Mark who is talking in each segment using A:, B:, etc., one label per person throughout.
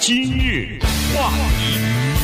A: 今日话题，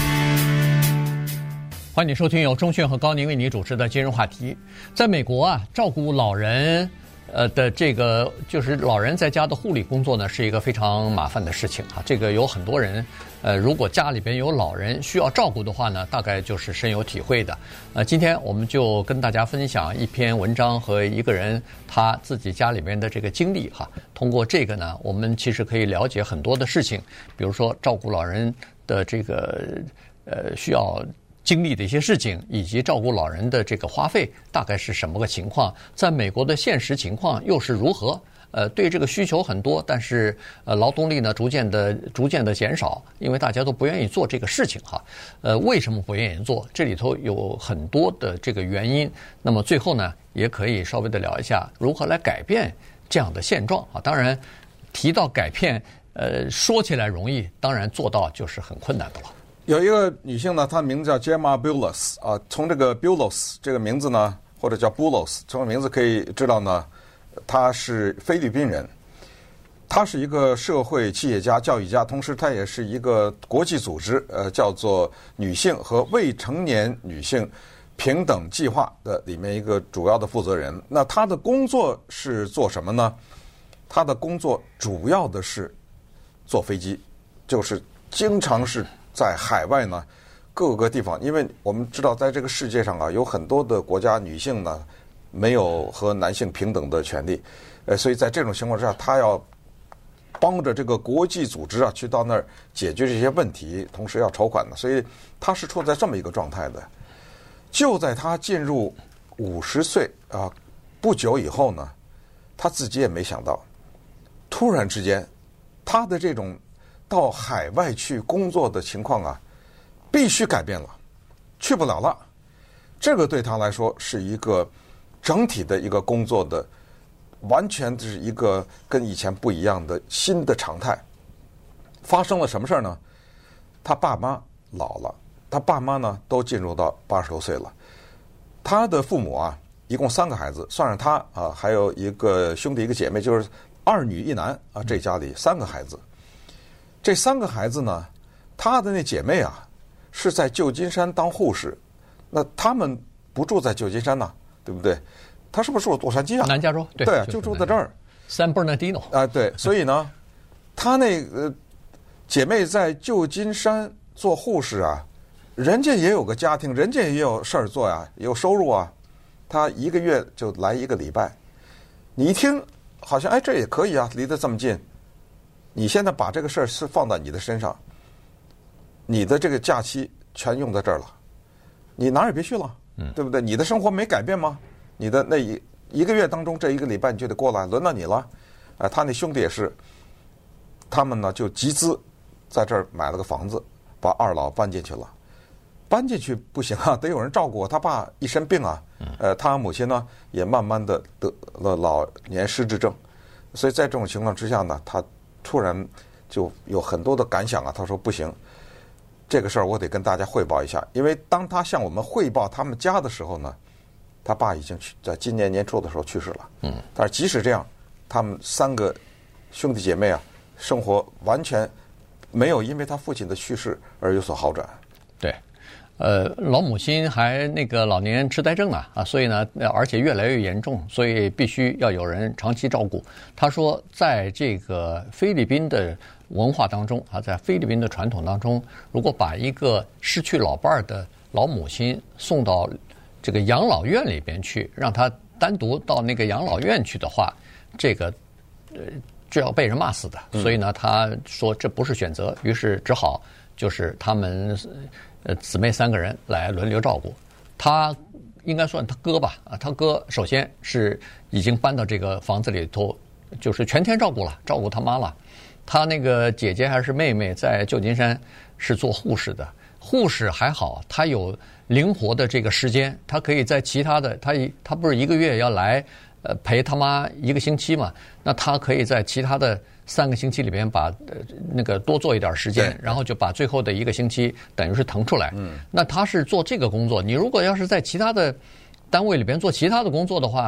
B: 欢迎收听由钟迅和高宁为你主持的今日话题。在美国啊，照顾老人的这个就是老人在家的护理工作呢，是一个非常麻烦的事情啊。这个有很多人如果家里边有老人需要照顾的话呢，大概就是深有体会的。今天我们就跟大家分享一篇文章和一个人他自己家里边的这个经历哈。通过这个呢，我们其实可以了解很多的事情，比如说照顾老人的这个需要经历的一些事情，以及照顾老人的这个花费大概是什么个情况，在美国的现实情况又是如何？对这个需求很多，但是劳动力呢逐渐的减少，因为大家都不愿意做这个事情哈。为什么不愿意做？这里头有很多的这个原因。那么最后呢，也可以稍微的聊一下如何来改变这样的现状啊。当然，提到改变，说起来容易，当然做到就是很困难的了。
C: 有一个女性呢，她名字叫 Gemma Bulos 啊，从这个 Bulos 这个名字呢，或者叫 Bulos 这个名字可以知道呢，她是菲律宾人。她是一个社会企业家、教育家，同时她也是一个国际组织，叫做女性和未成年女性平等计划的里面一个主要的负责人。那她的工作是做什么呢？她的工作主要的是坐飞机，就是经常是在海外呢，各个地方，因为我们知道，在这个世界上啊，有很多的国家女性呢没有和男性平等的权利，所以在这种情况之下，她要帮着这个国际组织啊，去到那儿解决这些问题，同时要筹款的，所以她是处在这么一个状态的。就在她进入50岁啊不久以后呢，她自己也没想到，突然之间，她的这种到海外去工作的情况啊，必须改变了，去不了了。这个对他来说是一个整体的一个工作的，完全是一个跟以前不一样的新的常态。发生了什么事儿呢？他爸妈老了，他爸妈呢都进入到80多岁了。他的父母啊，一共3个孩子，算上他啊，还有一个兄弟一个姐妹，就是2女1男啊，这家里3个孩子。这3个孩子呢，他的那姐妹啊，是在旧金山当护士。那他们不住在旧金山呢，对不对？他是不是住洛杉矶啊？
B: 南加州，
C: 对啊，就住在这儿。
B: San Bernardino
C: 啊，对，所以呢，他那个姐妹在旧金山做护士啊，人家也有个家庭，人家也有事儿做呀，有收入啊。他1个月就来1个礼拜，你一听好像这也可以啊，离得这么近。你现在把这个事儿是放在你的身上，你的这个假期全用在这儿了，你哪儿也别去了，对不对？你的生活没改变吗？你的那一个月当中，这1个礼拜你就得过来，轮到你了。他那兄弟也是，他们呢就集资在这儿买了个房子，把2老搬进去了。搬进去不行啊，得有人照顾我。他爸一身病啊，他母亲呢也慢慢的得了老年失智症，所以在这种情况之下呢，他突然就有很多的感想啊。他说不行，这个事儿我得跟大家汇报一下。因为当他向我们汇报他们家的时候呢，他爸已经在今年年初的时候去世了。但是即使这样，他们3个兄弟姐妹啊，生活完全没有因为他父亲的去世而有所好转。
B: 对。老母亲还那个老年痴呆症呢啊，所以呢，而且越来越严重，所以必须要有人长期照顾。他说，在这个菲律宾的文化当中啊，在菲律宾的传统当中，如果把一个失去老伴的老母亲送到这个养老院里边去，让他单独到那个养老院去的话，这个就要被人骂死的。所以呢，他说这不是选择，于是只好就是他们姊妹3个人来轮流照顾。他应该算他哥吧啊，他哥首先是已经搬到这个房子里头，就是全天照顾他妈了。他那个姐姐还是妹妹在旧金山是做护士的，护士还好，他有灵活的这个时间，他可以在其他的，他不是1个月要来陪他妈1个星期嘛，那他可以在其他的3个星期里边把那个多做一点时间，然后就把最后的1个星期等于是腾出来。那他是做这个工作。你如果要是在其他的单位里边做其他的工作的话，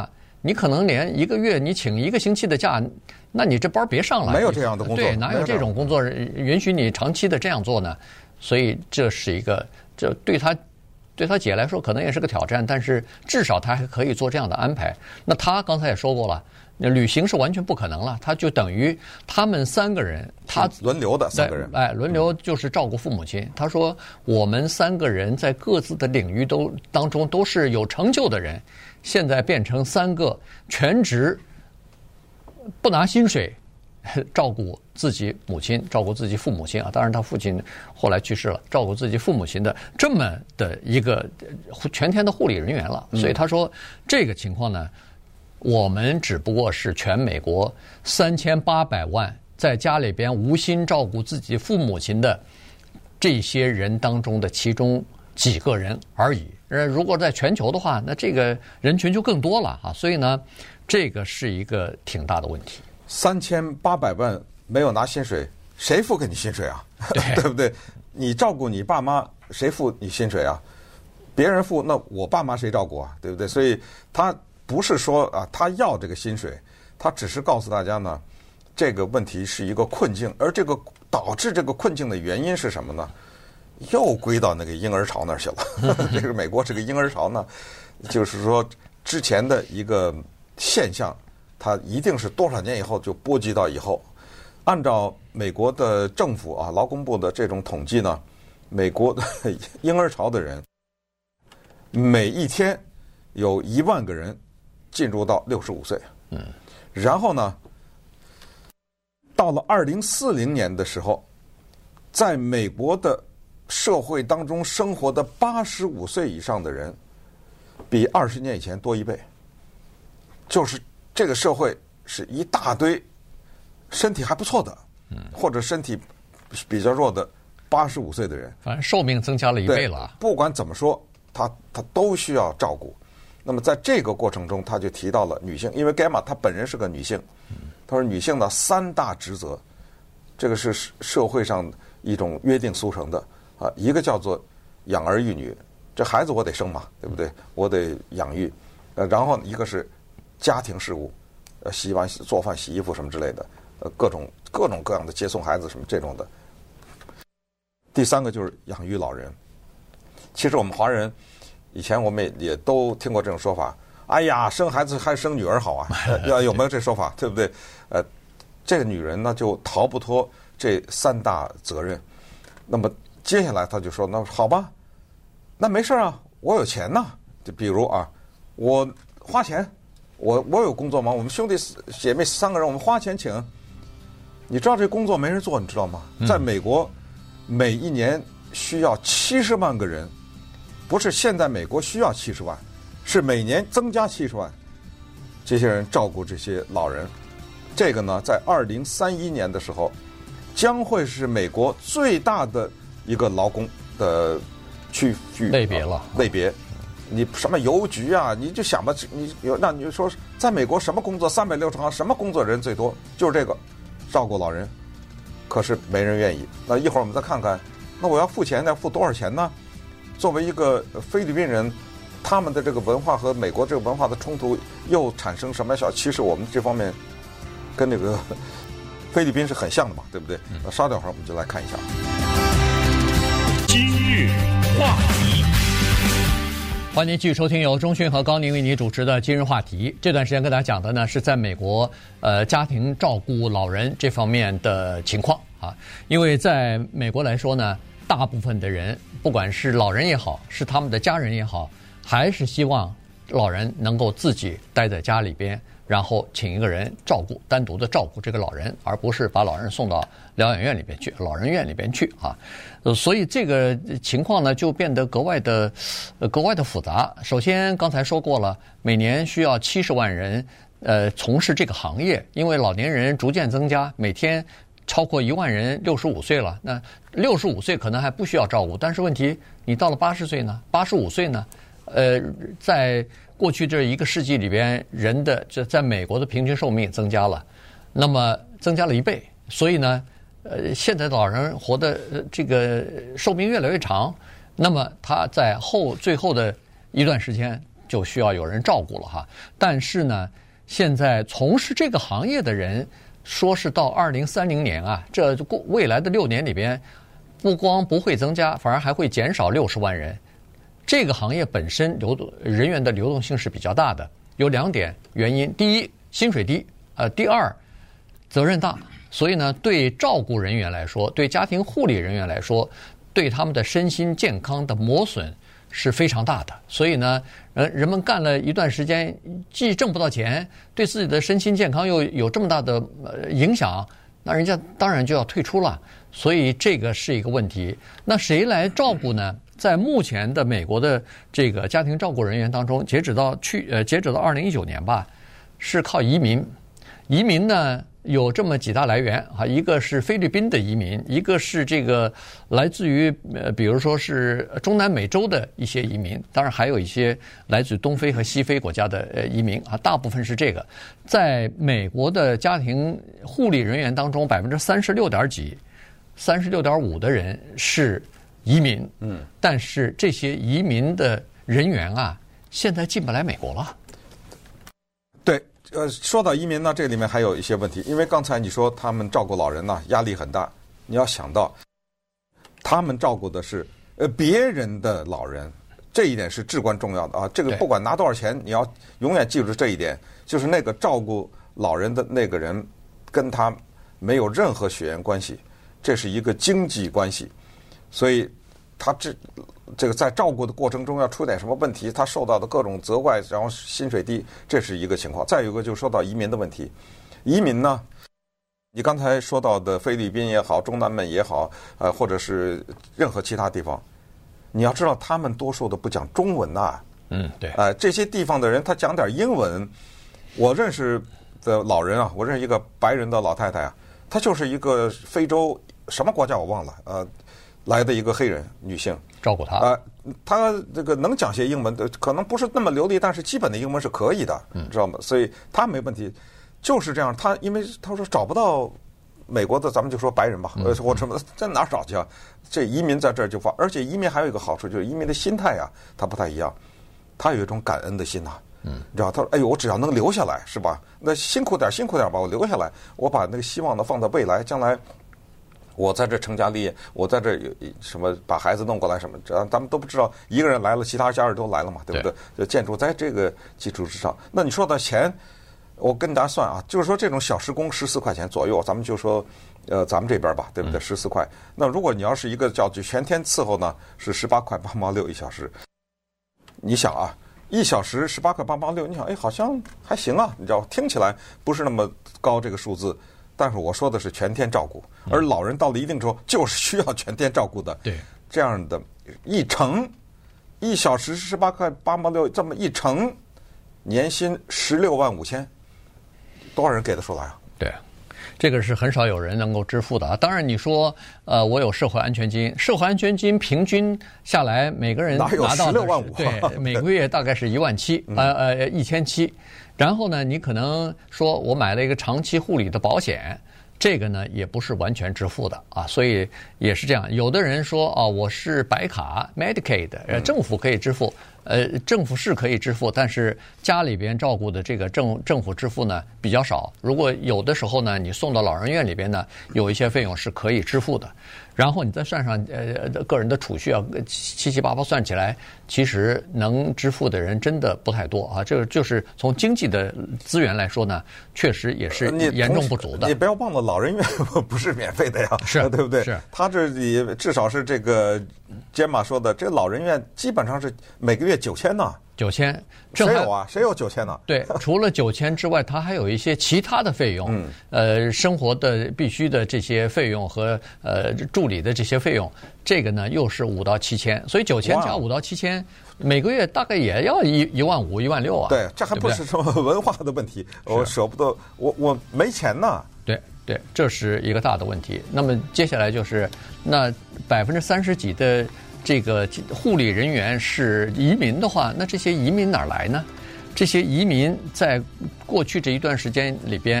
B: 你可能连一个月你请1个星期的假，那你这班别上了。
C: 没有这样的工作，
B: 对，哪有这种工作允许你长期的这样做呢？所以这是一个，这对他姐来说可能也是个挑战，但是至少他还可以做这样的安排。那他刚才也说过了，旅行是完全不可能了，他就等于他们3个人，他
C: 轮流的3个人，
B: 轮流就是照顾父母亲。他说我们3个人在各自的领域当中都是有成就的人，现在变成3个全职不拿薪水照顾自己母亲，照顾自己父母亲啊。当然他父亲后来去世了，照顾自己父母亲的这么的一个全天的护理人员了。所以他说这个情况呢，我们只不过是全美国3800万在家里边无心照顾自己父母亲的这些人当中的其中几个人而已。如果在全球的话，那这个人群就更多了啊。所以呢，这个是一个挺大的问题。
C: 3800万没有拿薪水，谁付给你薪水啊？对不对？你照顾你爸妈，谁付你薪水啊？别人付，那我爸妈谁照顾啊？对不对？所以他不是说啊，他要这个薪水，他只是告诉大家呢，这个问题是一个困境，而这个导致这个困境的原因是什么呢？又归到那个婴儿潮那儿去了。这个美国这个婴儿潮呢，就是说之前的一个现象，它一定是多少年以后就波及到以后。按照美国的政府啊，劳工部的这种统计呢，美国的婴儿潮的人，每一天有1万个人进入到65岁。然后呢，到了2040年的时候，在美国的社会当中生活的85岁以上的人，比20年以前多1倍。就是这个社会是一大堆身体还不错的，或者身体比较弱的85岁的人，
B: 反正寿命增加了1倍了。
C: 不管怎么说，他都需要照顾。那么在这个过程中，他就提到了女性，因为 Gemma 她本人是个女性，她说女性的3大职责，这个是社会上一种约定俗成的啊，一个叫做养儿育女，这孩子我得生嘛，对不对？我得养育，然后一个是家庭事务，洗碗、做饭、洗衣服什么之类的，各种各样的接送孩子什么这种的。第3个就是养育老人。其实我们华人以前我们也都听过这种说法，哎呀，生孩子还生女儿好啊，有没有这说法？对不对？这个女人呢就逃不脱这3大责任。那么接下来他就说，那好吧，那没事啊，我有钱呐。就比如啊，我花钱，我有工作忙，我们兄弟姐妹3个人，我们花钱请。你知道这工作没人做，你知道吗？在美国，每一年需要70万个人，不是现在美国需要70万，是每年增加70万，这些人照顾这些老人。这个呢，在2031年的时候，将会是美国最大的一个劳工的区域
B: 类别了。
C: 类别，你什么邮局啊，你就想吧，你就说，在美国什么工作360行，什么工作人最多，就是这个照顾老人。可是没人愿意。那一会儿我们再看看，那我要付钱，要付多少钱呢？作为一个菲律宾人，他们的这个文化和美国这个文化的冲突又产生什么小？其实我们这方面跟那个菲律宾是很像的嘛，对不对？那稍等会儿我们就来看一下。
A: 今日话题，
B: 欢迎您继续收听由钟迅和高宁为您主持的今日话题。这段时间跟大家讲的呢，是在美国家庭照顾老人这方面的情况啊。因为在美国来说呢，大部分的人，不管是老人也好，是他们的家人也好，还是希望老人能够自己待在家里边，然后请一个人照顾，单独的照顾这个老人，而不是把老人送到疗养院里边去、老人院里边去啊。所以这个情况呢，就变得格外的复杂。首先，刚才说过了，每年需要70万人从事这个行业，因为老年人逐渐增加，每天超过1万人65岁了。那65岁可能还不需要照顾，但是问题，你到了80岁呢，85岁呢？在过去这1个世纪里边，人的在美国的平均寿命增加了，那么增加了1倍，所以呢，现在的老人活的这个寿命越来越长，那么他在最后的一段时间， 就需要有人照顾了哈。但是呢，现在从事这个行业的人说是到2030年啊，这未来的6年里边，不光不会增加，反而还会减少60万人。这个行业本身人员的流动性是比较大的，有2点原因：第一，薪水低；第二，责任大。所以呢，对照顾人员来说，对家庭护理人员来说，对他们的身心健康的磨损是非常大的。所以呢，人们干了一段时间，既挣不到钱，对自己的身心健康又有这么大的影响，那人家当然就要退出了。所以这个是一个问题。那谁来照顾呢？在目前的美国的这个家庭照顾人员当中，截止到2019年吧，是靠移民。移民呢有这么几大来源啊，一个是菲律宾的移民，一个是这个来自于比如说是中南美洲的一些移民，当然还有一些来自于东非和西非国家的移民啊，大部分是这个。在美国的家庭护理人员当中，36点几、36.5%的人是移民，但是这些移民的人员啊，现在进不来美国了。
C: 对，说到移民呢，这里面还有一些问题，因为刚才你说他们照顾老人呢压力很大，你要想到他们照顾的是别人的老人，这一点是至关重要的啊。这个不管拿多少钱，你要永远记住这一点，就是那个照顾老人的那个人跟他没有任何血缘关系，这是一个经济关系，所以他这个在照顾的过程中要出点什么问题，他受到的各种责怪，然后薪水低，这是一个情况。再有一个就是说到移民的问题，移民呢，你刚才说到的菲律宾也好，中南美也好，或者是任何其他地方，你要知道他们多数的不讲中文呐。
B: 对。
C: 这些地方的人他讲点英文，我认识的老人啊，我认识一个白人的老太太啊，她就是一个非洲什么国家我忘了，来的一个黑人女性，
B: 照顾她。
C: 她这个能讲些英文，可能不是那么流利，但是基本的英文是可以的，知道吗？所以她没问题。就是这样，因为她说找不到美国的，咱们就说白人吧，或什么在哪儿找去啊？这移民在这儿就而且移民还有一个好处，就是移民的心态啊，他不太一样，他有一种感恩的心呐。你知道，他说：“哎呦，我只要能留下来，是吧？那辛苦点吧，我留下来，我把那个希望呢放在未来，将来。”我在这成家立业，我在这有什么把孩子弄过来什么，咱们都不知道。一个人来了，其他家人都来了嘛，对不对？就建筑在这个基础之上。那你说到钱，我跟大家算啊，就是说这种小时工14块钱左右，咱们就说，咱们这边吧，对不对？14块。那如果你要是一个叫全天伺候呢，是18块8毛6一小时。你想啊，1小时18块8毛6，你想，好像还行啊，你知道，听起来不是那么高这个数字。但是我说的是全天照顾，而老人到了一定时候就是需要全天照顾的。
B: 对，
C: 这样的一乘，1小时18块8毛6，这么一乘，年薪16万5千，多少人给得出来啊？
B: 对，这个是很少有人能够支付的啊。当然你说，我有社会安全金，社会安全金平均下来每个人拿到的
C: 16万5，
B: 对，每个月大概是11700，1700。然后呢，你可能说我买了一个长期护理的保险，这个呢也不是完全支付的啊，所以也是这样。有的人说我是白卡 Medicaid，政府可以支付，政府是可以支付，但是家里边照顾的这个政府支付呢比较少。如果有的时候呢，你送到老人院里边呢，有一些费用是可以支付的。然后你再算上个人的储蓄啊，七七八八算起来，其实能支付的人真的不太多啊。这个就是从经济的资源来说呢，确实也是严重不足的。
C: 你不要忘了，老人院不是免费的呀，
B: 是
C: 对不对？
B: 是。
C: 他这里至少是这个杰玛说的，这老人院基本上是每个月9000呢。
B: 9000，
C: 谁有啊？谁有9000呢？
B: 对，除了9000之外，它还有一些其他的费用，生活的必须的这些费用和助理的这些费用，这个呢又是5到7千，所以9000加5到7千，每个月大概也要1万5、1万6啊。
C: 对，这还不是什么文化的问题，我舍不得，我没钱呢。
B: 对，这是一个大的问题。那么接下来就是那30%几的。这个护理人员是移民的话，那这些移民哪儿来呢？这些移民在过去这一段时间里边，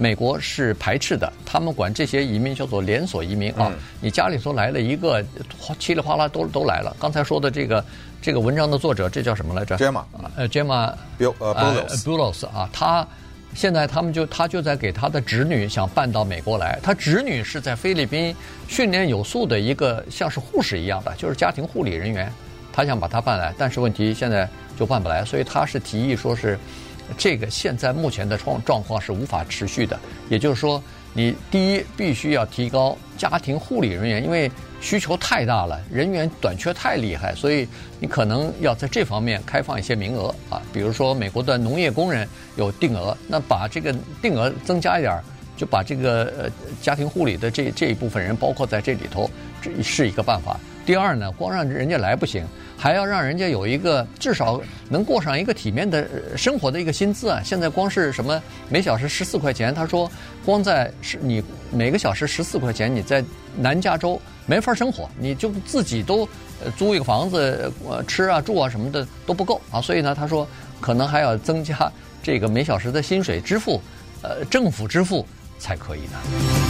B: 美国是排斥的，他们管这些移民叫做连锁移民啊。你家里头来了一个，稀里哗啦都来了。刚才说的这个文章的作者，这叫什么来着
C: ？Gemma
B: Bulos 啊，现在他就在给他的侄女想办到美国来。他侄女是在菲律宾训练有素的一个像是护士一样的，就是家庭护理人员。他想把他办来，但是问题现在就办不来，所以他是提议说是这个现在目前的状况是无法持续的。也就是说，你第一必须要提高家庭护理人员，因为需求太大了，人员短缺太厉害，所以你可能要在这方面开放一些名额啊。比如说美国的农业工人有定额，那把这个定额增加一点，就把这个家庭护理的这一部分人包括在这里头，这是一个办法。第二呢，光让人家来不行，还要让人家有一个至少能过上一个体面的生活的一个薪资啊！现在光是什么每小时14块钱，他说光在你每个小时14块钱，你在南加州没法生活，你就自己都租一个房子吃啊住啊什么的都不够啊！所以呢，他说可能还要增加这个每小时的薪水支付，政府支付才可以呢。